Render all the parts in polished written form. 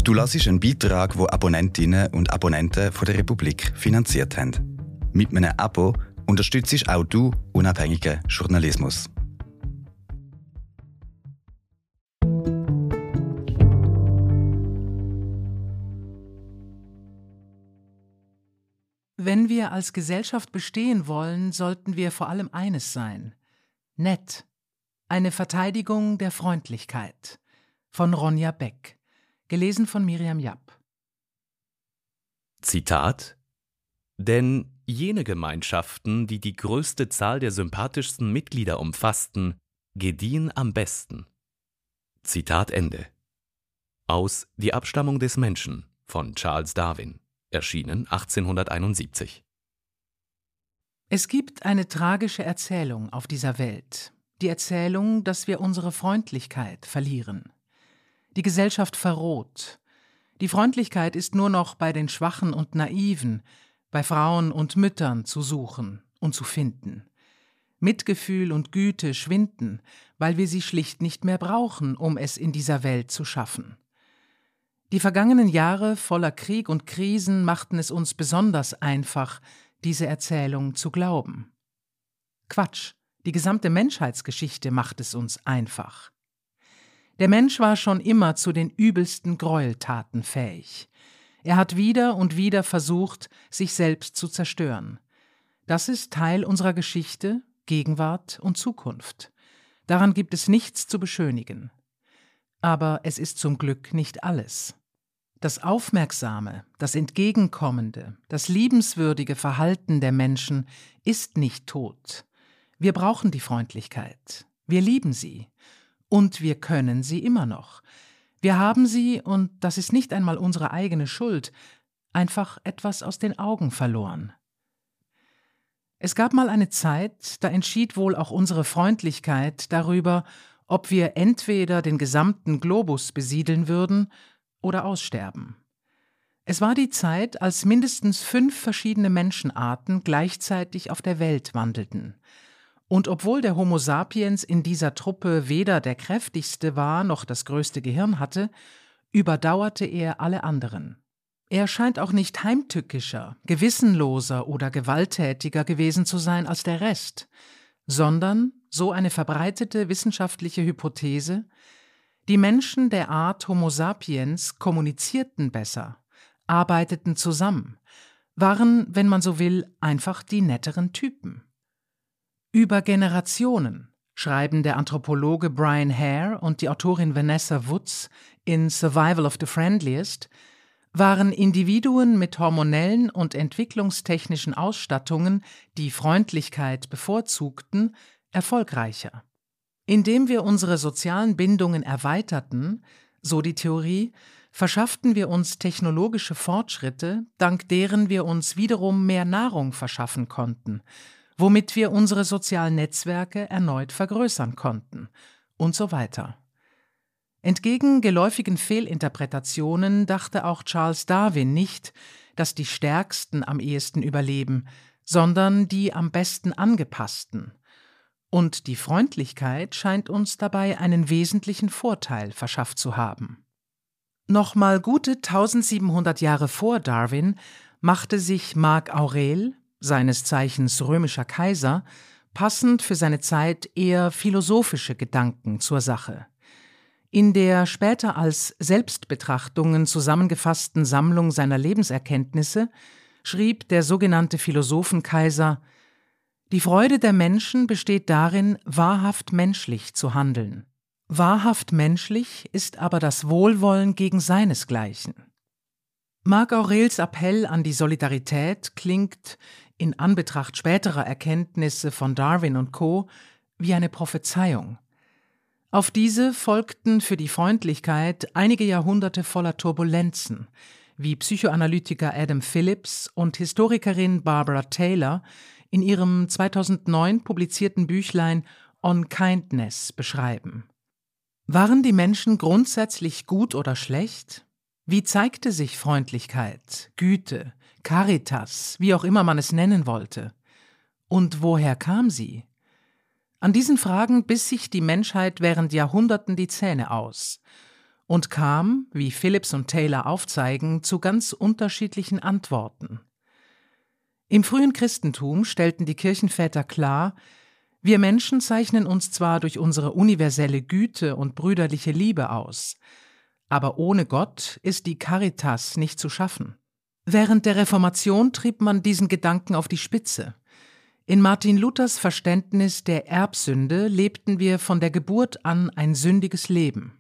Du hörst einen Beitrag, den Abonnentinnen und Abonnenten von der Republik finanziert haben. Mit einem Abo unterstützt auch du unabhängigen Journalismus. Wenn wir als Gesellschaft bestehen wollen, sollten wir vor allem eines sein: nett. Eine Verteidigung der Freundlichkeit. Von Ronja Beck. Gelesen von Miriam Japp. Zitat: Denn jene Gemeinschaften, die die größte Zahl der sympathischsten Mitglieder umfassten, gediehen am besten. Zitat Ende. Aus Die Abstammung des Menschen von Charles Darwin, erschienen 1871. Es gibt eine tragische Erzählung auf dieser Welt. Die Erzählung, dass wir unsere Freundlichkeit verlieren. Die Gesellschaft verroht. Die Freundlichkeit ist nur noch bei den Schwachen und Naiven, bei Frauen und Müttern zu suchen und zu finden. Mitgefühl und Güte schwinden, weil wir sie schlicht nicht mehr brauchen, um es in dieser Welt zu schaffen. Die vergangenen Jahre voller Krieg und Krisen machten es uns besonders einfach, diese Erzählung zu glauben. Quatsch, die gesamte Menschheitsgeschichte macht es uns einfach. Der Mensch war schon immer zu den übelsten Gräueltaten fähig. Er hat wieder und wieder versucht, sich selbst zu zerstören. Das ist Teil unserer Geschichte, Gegenwart und Zukunft. Daran gibt es nichts zu beschönigen. Aber es ist zum Glück nicht alles. Das aufmerksame, das entgegenkommende, das liebenswürdige Verhalten der Menschen ist nicht tot. Wir brauchen die Freundlichkeit. Wir lieben sie. Und wir können sie immer noch. Wir haben sie, und das ist nicht einmal unsere eigene Schuld, einfach etwas aus den Augen verloren. Es gab mal eine Zeit, da entschied wohl auch unsere Freundlichkeit darüber, ob wir entweder den gesamten Globus besiedeln würden oder aussterben. Es war die Zeit, als mindestens 5 verschiedene Menschenarten gleichzeitig auf der Welt wandelten. Und obwohl der Homo sapiens in dieser Truppe weder der kräftigste war noch das größte Gehirn hatte, überdauerte er alle anderen. Er scheint auch nicht heimtückischer, gewissenloser oder gewalttätiger gewesen zu sein als der Rest, sondern, so eine verbreitete wissenschaftliche Hypothese, die Menschen der Art Homo sapiens kommunizierten besser, arbeiteten zusammen, waren, wenn man so will, einfach die netteren Typen. Über Generationen, schreiben der Anthropologe Brian Hare und die Autorin Vanessa Woods in Survival of the Friendliest, waren Individuen mit hormonellen und entwicklungstechnischen Ausstattungen, die Freundlichkeit bevorzugten, erfolgreicher. Indem wir unsere sozialen Bindungen erweiterten, so die Theorie, verschafften wir uns technologische Fortschritte, dank deren wir uns wiederum mehr Nahrung verschaffen konnten, womit wir unsere sozialen Netzwerke erneut vergrößern konnten und so weiter. Entgegen geläufigen Fehlinterpretationen dachte auch Charles Darwin nicht, dass die Stärksten am ehesten überleben, sondern die am besten angepassten. Und die Freundlichkeit scheint uns dabei einen wesentlichen Vorteil verschafft zu haben. Nochmal gute 1700 Jahre vor Darwin machte sich Marc Aurel, seines Zeichens römischer Kaiser, passend für seine Zeit eher philosophische Gedanken zur Sache. In der später als Selbstbetrachtungen zusammengefassten Sammlung seiner Lebenserkenntnisse schrieb der sogenannte Philosophenkaiser: Die Freude der Menschen besteht darin, wahrhaft menschlich zu handeln. Wahrhaft menschlich ist aber das Wohlwollen gegen seinesgleichen. Marc Aurels Appell an die Solidarität klingt, in Anbetracht späterer Erkenntnisse von Darwin und Co., wie eine Prophezeiung. Auf diese folgten für die Freundlichkeit einige Jahrhunderte voller Turbulenzen, wie Psychoanalytiker Adam Phillips und Historikerin Barbara Taylor in ihrem 2009 publizierten Büchlein On Kindness beschreiben. Waren die Menschen grundsätzlich gut oder schlecht? Wie zeigte sich Freundlichkeit, Güte, Caritas, wie auch immer man es nennen wollte? Und woher kam sie? An diesen Fragen biss sich die Menschheit während Jahrhunderten die Zähne aus. und kam, wie Phillips und Taylor aufzeigen, zu ganz unterschiedlichen Antworten. Im frühen Christentum stellten die Kirchenväter klar, wir Menschen zeichnen uns zwar durch unsere universelle Güte und brüderliche Liebe aus, aber ohne Gott ist die Caritas nicht zu schaffen. Während der Reformation trieb man diesen Gedanken auf die Spitze. In Martin Luthers Verständnis der Erbsünde lebten wir von der Geburt an ein sündiges Leben.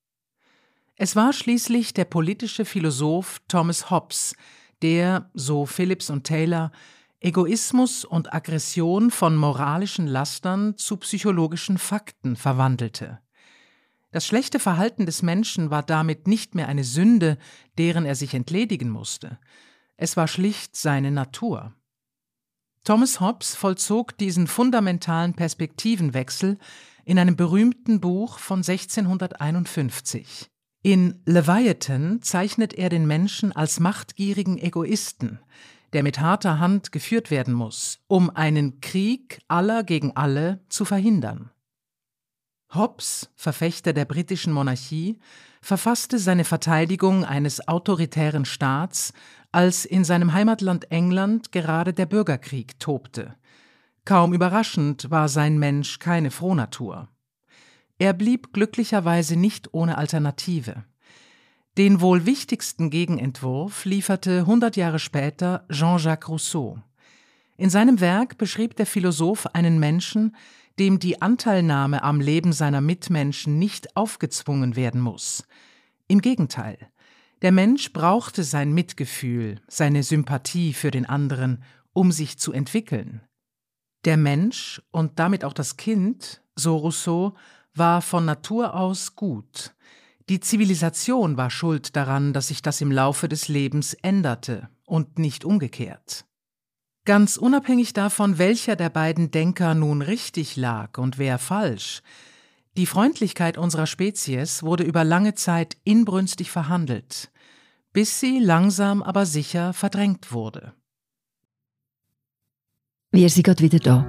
Es war schließlich der politische Philosoph Thomas Hobbes, der, so Phillips und Taylor, Egoismus und Aggression von moralischen Lastern zu psychologischen Fakten verwandelte. Das schlechte Verhalten des Menschen war damit nicht mehr eine Sünde, deren er sich entledigen musste. Es war schlicht seine Natur. Thomas Hobbes vollzog diesen fundamentalen Perspektivenwechsel in einem berühmten Buch von 1651. In Leviathan zeichnet er den Menschen als machtgierigen Egoisten, der mit harter Hand geführt werden muss, um einen Krieg aller gegen alle zu verhindern. Hobbes, Verfechter der britischen Monarchie, verfasste seine Verteidigung eines autoritären Staats, als in seinem Heimatland England gerade der Bürgerkrieg tobte. Kaum überraschend war sein Mensch keine Frohnatur. Er blieb glücklicherweise nicht ohne Alternative. Den wohl wichtigsten Gegenentwurf lieferte 100 Jahre später Jean-Jacques Rousseau. In seinem Werk beschrieb der Philosoph einen Menschen, dem die Anteilnahme am Leben seiner Mitmenschen nicht aufgezwungen werden muss. Im Gegenteil, der Mensch brauchte sein Mitgefühl, seine Sympathie für den anderen, um sich zu entwickeln. Der Mensch und damit auch das Kind, so Rousseau, war von Natur aus gut. Die Zivilisation war schuld daran, dass sich das im Laufe des Lebens änderte und nicht umgekehrt. Ganz unabhängig davon, welcher der beiden Denker nun richtig lag und wer falsch, die Freundlichkeit unserer Spezies wurde über lange Zeit inbrünstig verhandelt, bis sie langsam aber sicher verdrängt wurde. Wir sind gerade wieder da.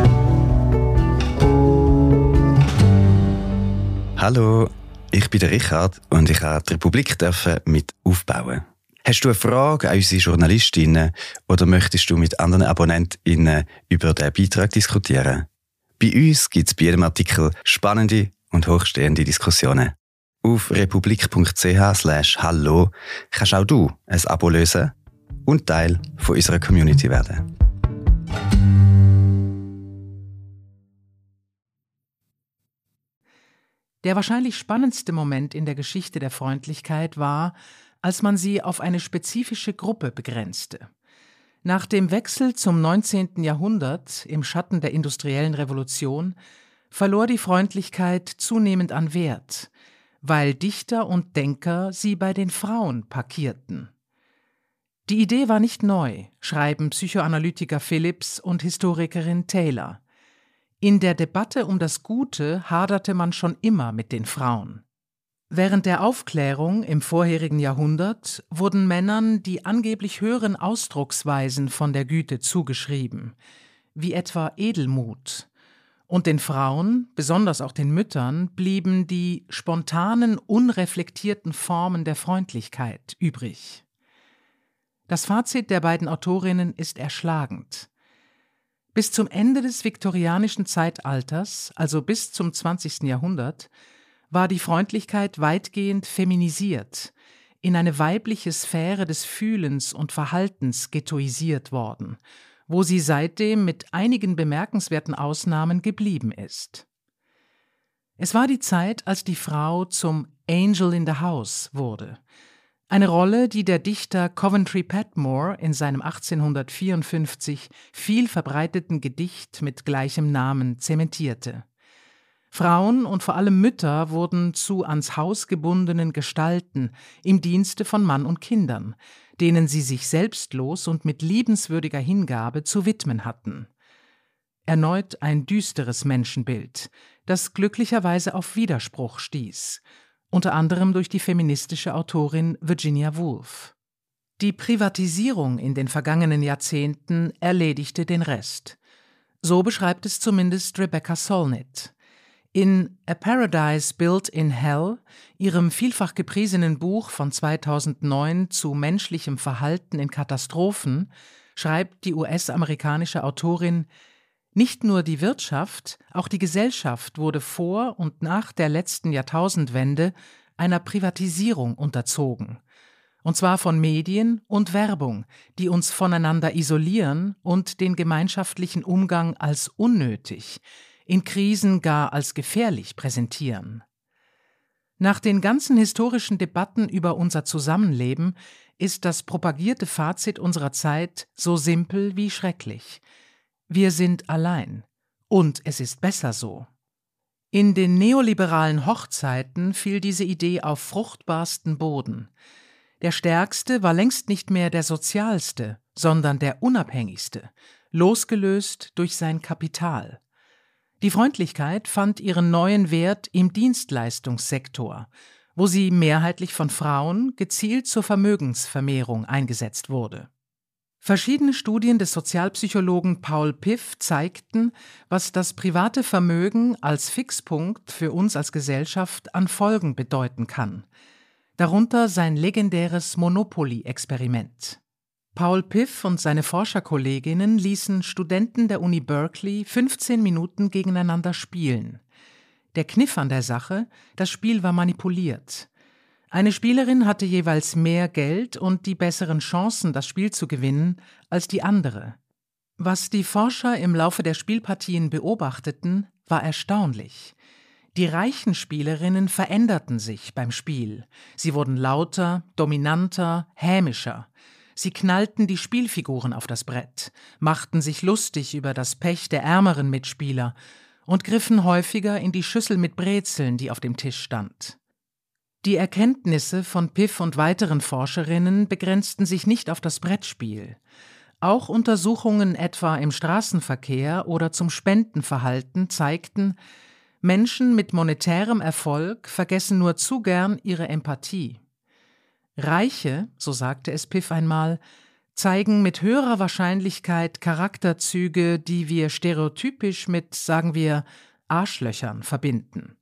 Hallo, ich bin der Richard und ich durfte die Republik mit aufbauen. Hast du eine Frage an unsere Journalistinnen oder möchtest du mit anderen AbonnentInnen über den Beitrag diskutieren? Bei uns gibt es bei jedem Artikel spannende und hochstehende Diskussionen. Auf republik.ch/hallo kannst auch du ein Abo lösen und Teil von unserer Community werden. Der wahrscheinlich spannendste Moment in der Geschichte der Freundlichkeit war, als man sie auf eine spezifische Gruppe begrenzte. Nach dem Wechsel zum 19. Jahrhundert im Schatten der industriellen Revolution verlor die Freundlichkeit zunehmend an Wert, weil Dichter und Denker sie bei den Frauen parkierten. Die Idee war nicht neu, schreiben Psychoanalytiker Phillips und Historikerin Taylor. In der Debatte um das Gute haderte man schon immer mit den Frauen. Während der Aufklärung im vorherigen Jahrhundert wurden Männern die angeblich höheren Ausdrucksweisen von der Güte zugeschrieben, wie etwa Edelmut. Und den Frauen, besonders auch den Müttern, blieben die spontanen, unreflektierten Formen der Freundlichkeit übrig. Das Fazit der beiden Autorinnen ist erschlagend. Bis zum Ende des viktorianischen Zeitalters, also bis zum 20. Jahrhundert, war die Freundlichkeit weitgehend feminisiert, in eine weibliche Sphäre des Fühlens und Verhaltens ghettoisiert worden, wo sie seitdem mit einigen bemerkenswerten Ausnahmen geblieben ist. Es war die Zeit, als die Frau zum Angel in the House wurde, eine Rolle, die der Dichter Coventry Patmore in seinem 1854 viel verbreiteten Gedicht mit gleichem Namen zementierte. Frauen und vor allem Mütter wurden zu ans Haus gebundenen Gestalten im Dienste von Mann und Kindern, denen sie sich selbstlos und mit liebenswürdiger Hingabe zu widmen hatten. Erneut ein düsteres Menschenbild, das glücklicherweise auf Widerspruch stieß, unter anderem durch die feministische Autorin Virginia Woolf. Die Privatisierung in den vergangenen Jahrzehnten erledigte den Rest. So beschreibt es zumindest Rebecca Solnit. In A Paradise Built in Hell, ihrem vielfach gepriesenen Buch von 2009 zu menschlichem Verhalten in Katastrophen, schreibt die US-amerikanische Autorin: Nicht nur die Wirtschaft, auch die Gesellschaft wurde vor und nach der letzten Jahrtausendwende einer Privatisierung unterzogen. Und zwar von Medien und Werbung, die uns voneinander isolieren und den gemeinschaftlichen Umgang als unnötig, in Krisen gar als gefährlich präsentieren. Nach den ganzen historischen Debatten über unser Zusammenleben ist das propagierte Fazit unserer Zeit so simpel wie schrecklich. Wir sind allein. Und es ist besser so. In den neoliberalen Hochzeiten fiel diese Idee auf fruchtbarsten Boden. Der Stärkste war längst nicht mehr der Sozialste, sondern der Unabhängigste, losgelöst durch sein Kapital. Die Freundlichkeit fand ihren neuen Wert im Dienstleistungssektor, wo sie mehrheitlich von Frauen gezielt zur Vermögensvermehrung eingesetzt wurde. Verschiedene Studien des Sozialpsychologen Paul Piff zeigten, was das private Vermögen als Fixpunkt für uns als Gesellschaft an Folgen bedeuten kann. Darunter sein legendäres Monopoly-Experiment. Paul Piff und seine Forscherkolleginnen ließen Studenten der Uni Berkeley 15 Minuten gegeneinander spielen. Der Kniff an der Sache: das Spiel war manipuliert. Eine Spielerin hatte jeweils mehr Geld und die besseren Chancen, das Spiel zu gewinnen, als die andere. Was die Forscher im Laufe der Spielpartien beobachteten, war erstaunlich. Die reichen Spielerinnen veränderten sich beim Spiel. Sie wurden lauter, dominanter, hämischer. Sie knallten die Spielfiguren auf das Brett, machten sich lustig über das Pech der ärmeren Mitspieler und griffen häufiger in die Schüssel mit Brezeln, die auf dem Tisch stand. Die Erkenntnisse von Piff und weiteren Forscherinnen begrenzten sich nicht auf das Brettspiel. Auch Untersuchungen etwa im Straßenverkehr oder zum Spendenverhalten zeigten, Menschen mit monetärem Erfolg vergessen nur zu gern ihre Empathie. Reiche, so sagte es Piff einmal, zeigen mit höherer Wahrscheinlichkeit Charakterzüge, die wir stereotypisch mit, sagen wir, Arschlöchern verbinden.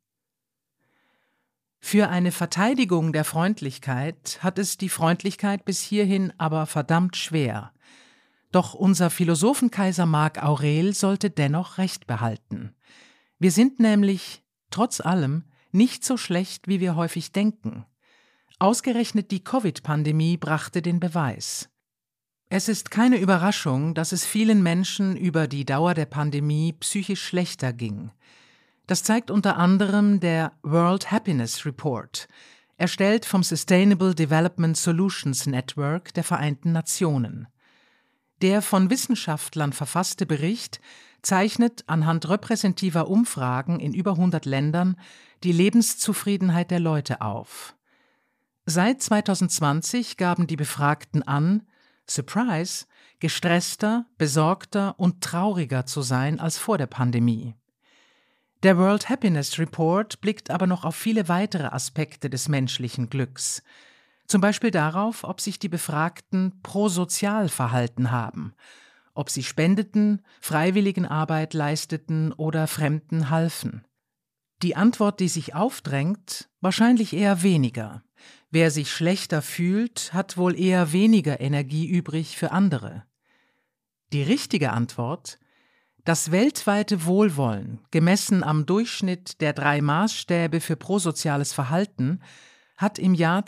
Für eine Verteidigung der Freundlichkeit hat es die Freundlichkeit bis hierhin aber verdammt schwer. Doch unser Philosophenkaiser Marc Aurel sollte dennoch Recht behalten. Wir sind nämlich, trotz allem, nicht so schlecht, wie wir häufig denken. Ausgerechnet die Covid-Pandemie brachte den Beweis. Es ist keine Überraschung, dass es vielen Menschen über die Dauer der Pandemie psychisch schlechter ging. Das zeigt unter anderem der World Happiness Report, erstellt vom Sustainable Development Solutions Network der Vereinten Nationen. Der von Wissenschaftlern verfasste Bericht zeichnet anhand repräsentativer Umfragen in über 100 Ländern die Lebenszufriedenheit der Leute auf. Seit 2020 gaben die Befragten an, Surprise, gestresster, besorgter und trauriger zu sein als vor der Pandemie. Der World Happiness Report blickt aber noch auf viele weitere Aspekte des menschlichen Glücks. Zum Beispiel darauf, ob sich die Befragten prosozial verhalten haben, ob sie spendeten, Freiwilligenarbeit leisteten oder Fremden halfen. Die Antwort, die sich aufdrängt, wahrscheinlich eher weniger. Wer sich schlechter fühlt, hat wohl eher weniger Energie übrig für andere. Die richtige Antwort: das weltweite Wohlwollen, gemessen am Durchschnitt der 3 Maßstäbe für prosoziales Verhalten, hat im Jahr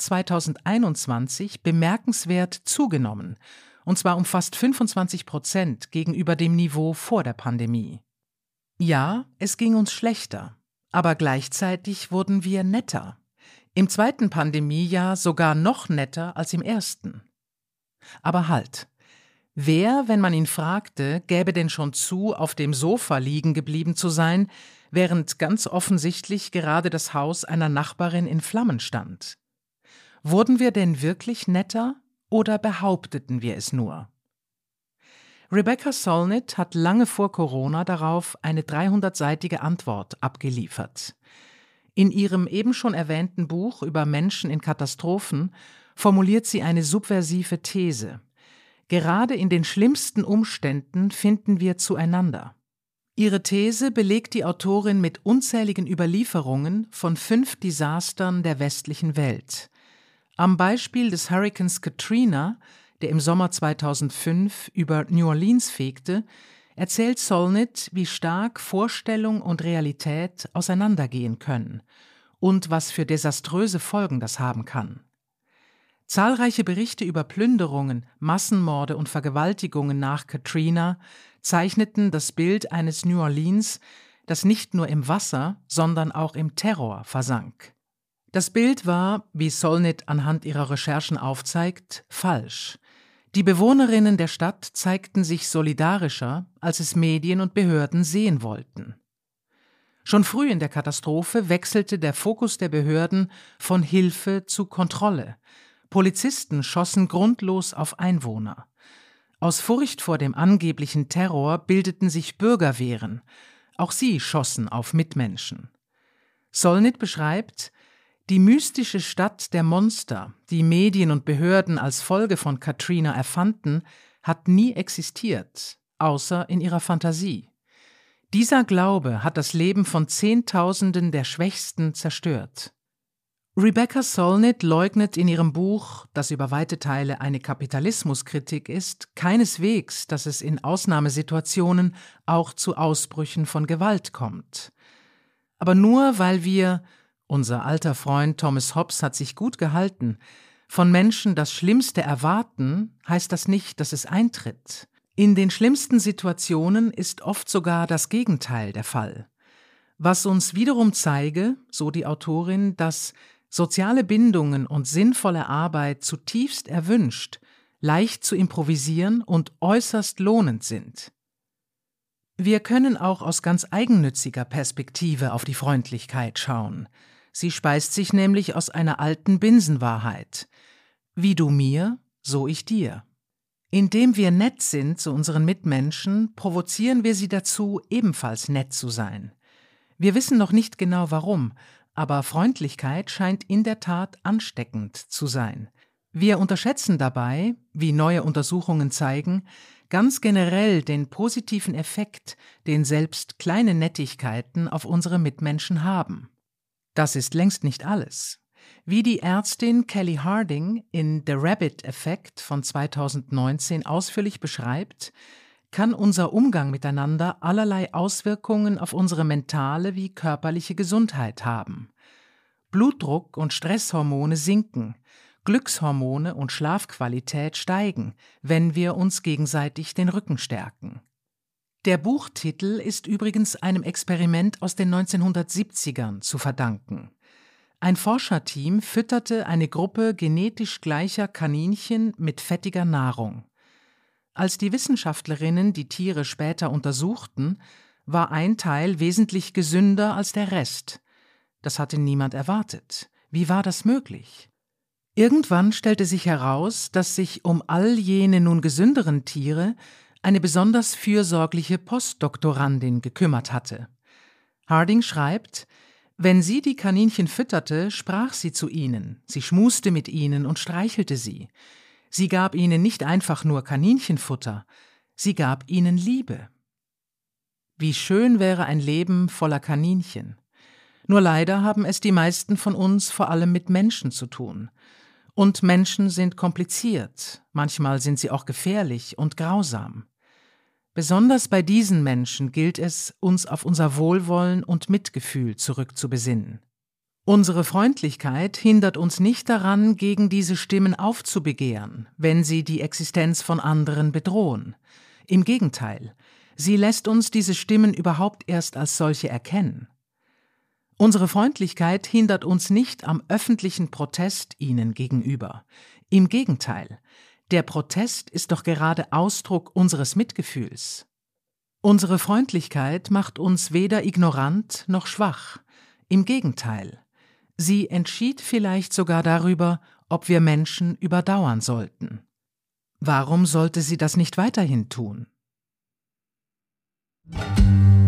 2021 bemerkenswert zugenommen, und zwar um fast 25% gegenüber dem Niveau vor der Pandemie. Ja, es ging uns schlechter, aber gleichzeitig wurden wir netter. Im zweiten Pandemiejahr sogar noch netter als im ersten. Aber halt! Wer, wenn man ihn fragte, gäbe denn schon zu, auf dem Sofa liegen geblieben zu sein, während ganz offensichtlich gerade das Haus einer Nachbarin in Flammen stand? Wurden wir denn wirklich netter oder behaupteten wir es nur? Rebecca Solnit hat lange vor Corona darauf eine 300-seitige Antwort abgeliefert. In ihrem eben schon erwähnten Buch über Menschen in Katastrophen formuliert sie eine subversive These. Gerade in den schlimmsten Umständen finden wir zueinander. Ihre These belegt die Autorin mit unzähligen Überlieferungen von 5 Desastern der westlichen Welt. Am Beispiel des Hurrikans Katrina, der im Sommer 2005 über New Orleans fegte, erzählt Solnit, wie stark Vorstellung und Realität auseinandergehen können und was für desaströse Folgen das haben kann. Zahlreiche Berichte über Plünderungen, Massenmorde und Vergewaltigungen nach Katrina zeichneten das Bild eines New Orleans, das nicht nur im Wasser, sondern auch im Terror versank. Das Bild war, wie Solnit anhand ihrer Recherchen aufzeigt, falsch. Die Bewohnerinnen der Stadt zeigten sich solidarischer, als es Medien und Behörden sehen wollten. Schon früh in der Katastrophe wechselte der Fokus der Behörden von Hilfe zu Kontrolle. Polizisten schossen grundlos auf Einwohner. Aus Furcht vor dem angeblichen Terror bildeten sich Bürgerwehren. Auch sie schossen auf Mitmenschen. Solnit beschreibt, die mystische Stadt der Monster, die Medien und Behörden als Folge von Katrina erfanden, hat nie existiert, außer in ihrer Fantasie. Dieser Glaube hat das Leben von Zehntausenden der Schwächsten zerstört. Rebecca Solnit leugnet in ihrem Buch, das über weite Teile eine Kapitalismuskritik ist, keineswegs, dass es in Ausnahmesituationen auch zu Ausbrüchen von Gewalt kommt. Aber nur weil wir, unser alter Freund Thomas Hobbes hat sich gut gehalten, von Menschen das Schlimmste erwarten, heißt das nicht, dass es eintritt. In den schlimmsten Situationen ist oft sogar das Gegenteil der Fall. Was uns wiederum zeige, so die Autorin, dass soziale Bindungen und sinnvolle Arbeit zutiefst erwünscht, leicht zu improvisieren und äußerst lohnend sind. Wir können auch aus ganz eigennütziger Perspektive auf die Freundlichkeit schauen. Sie speist sich nämlich aus einer alten Binsenwahrheit. Wie du mir, so ich dir. Indem wir nett sind zu unseren Mitmenschen, provozieren wir sie dazu, ebenfalls nett zu sein. Wir wissen noch nicht genau warum, aber Freundlichkeit scheint in der Tat ansteckend zu sein. Wir unterschätzen dabei, wie neue Untersuchungen zeigen, ganz generell den positiven Effekt, den selbst kleine Nettigkeiten auf unsere Mitmenschen haben. Das ist längst nicht alles. Wie die Ärztin Kelly Harding in The Rabbit Effect von 2019 ausführlich beschreibt, kann unser Umgang miteinander allerlei Auswirkungen auf unsere mentale wie körperliche Gesundheit haben. Blutdruck und Stresshormone sinken, Glückshormone und Schlafqualität steigen, wenn wir uns gegenseitig den Rücken stärken. Der Buchtitel ist übrigens einem Experiment aus den 1970ern zu verdanken. Ein Forscherteam fütterte eine Gruppe genetisch gleicher Kaninchen mit fettiger Nahrung. Als die Wissenschaftlerinnen die Tiere später untersuchten, war ein Teil wesentlich gesünder als der Rest. Das hatte niemand erwartet. Wie war das möglich? Irgendwann stellte sich heraus, dass sich um all jene nun gesünderen Tiere eine besonders fürsorgliche Postdoktorandin gekümmert hatte. Harding schreibt, wenn sie die Kaninchen fütterte, sprach sie zu ihnen, sie schmuste mit ihnen und streichelte sie. Sie gab ihnen nicht einfach nur Kaninchenfutter, sie gab ihnen Liebe. Wie schön wäre ein Leben voller Kaninchen. Nur leider haben es die meisten von uns vor allem mit Menschen zu tun. Und Menschen sind kompliziert, manchmal sind sie auch gefährlich und grausam. Besonders bei diesen Menschen gilt es, uns auf unser Wohlwollen und Mitgefühl zurückzubesinnen. Unsere Freundlichkeit hindert uns nicht daran, gegen diese Stimmen aufzubegehren, wenn sie die Existenz von anderen bedrohen. Im Gegenteil, sie lässt uns diese Stimmen überhaupt erst als solche erkennen. Unsere Freundlichkeit hindert uns nicht am öffentlichen Protest ihnen gegenüber. Im Gegenteil, der Protest ist doch gerade Ausdruck unseres Mitgefühls. Unsere Freundlichkeit macht uns weder ignorant noch schwach. Im Gegenteil, sie entschied vielleicht sogar darüber, ob wir Menschen überdauern sollten. Warum sollte sie das nicht weiterhin tun?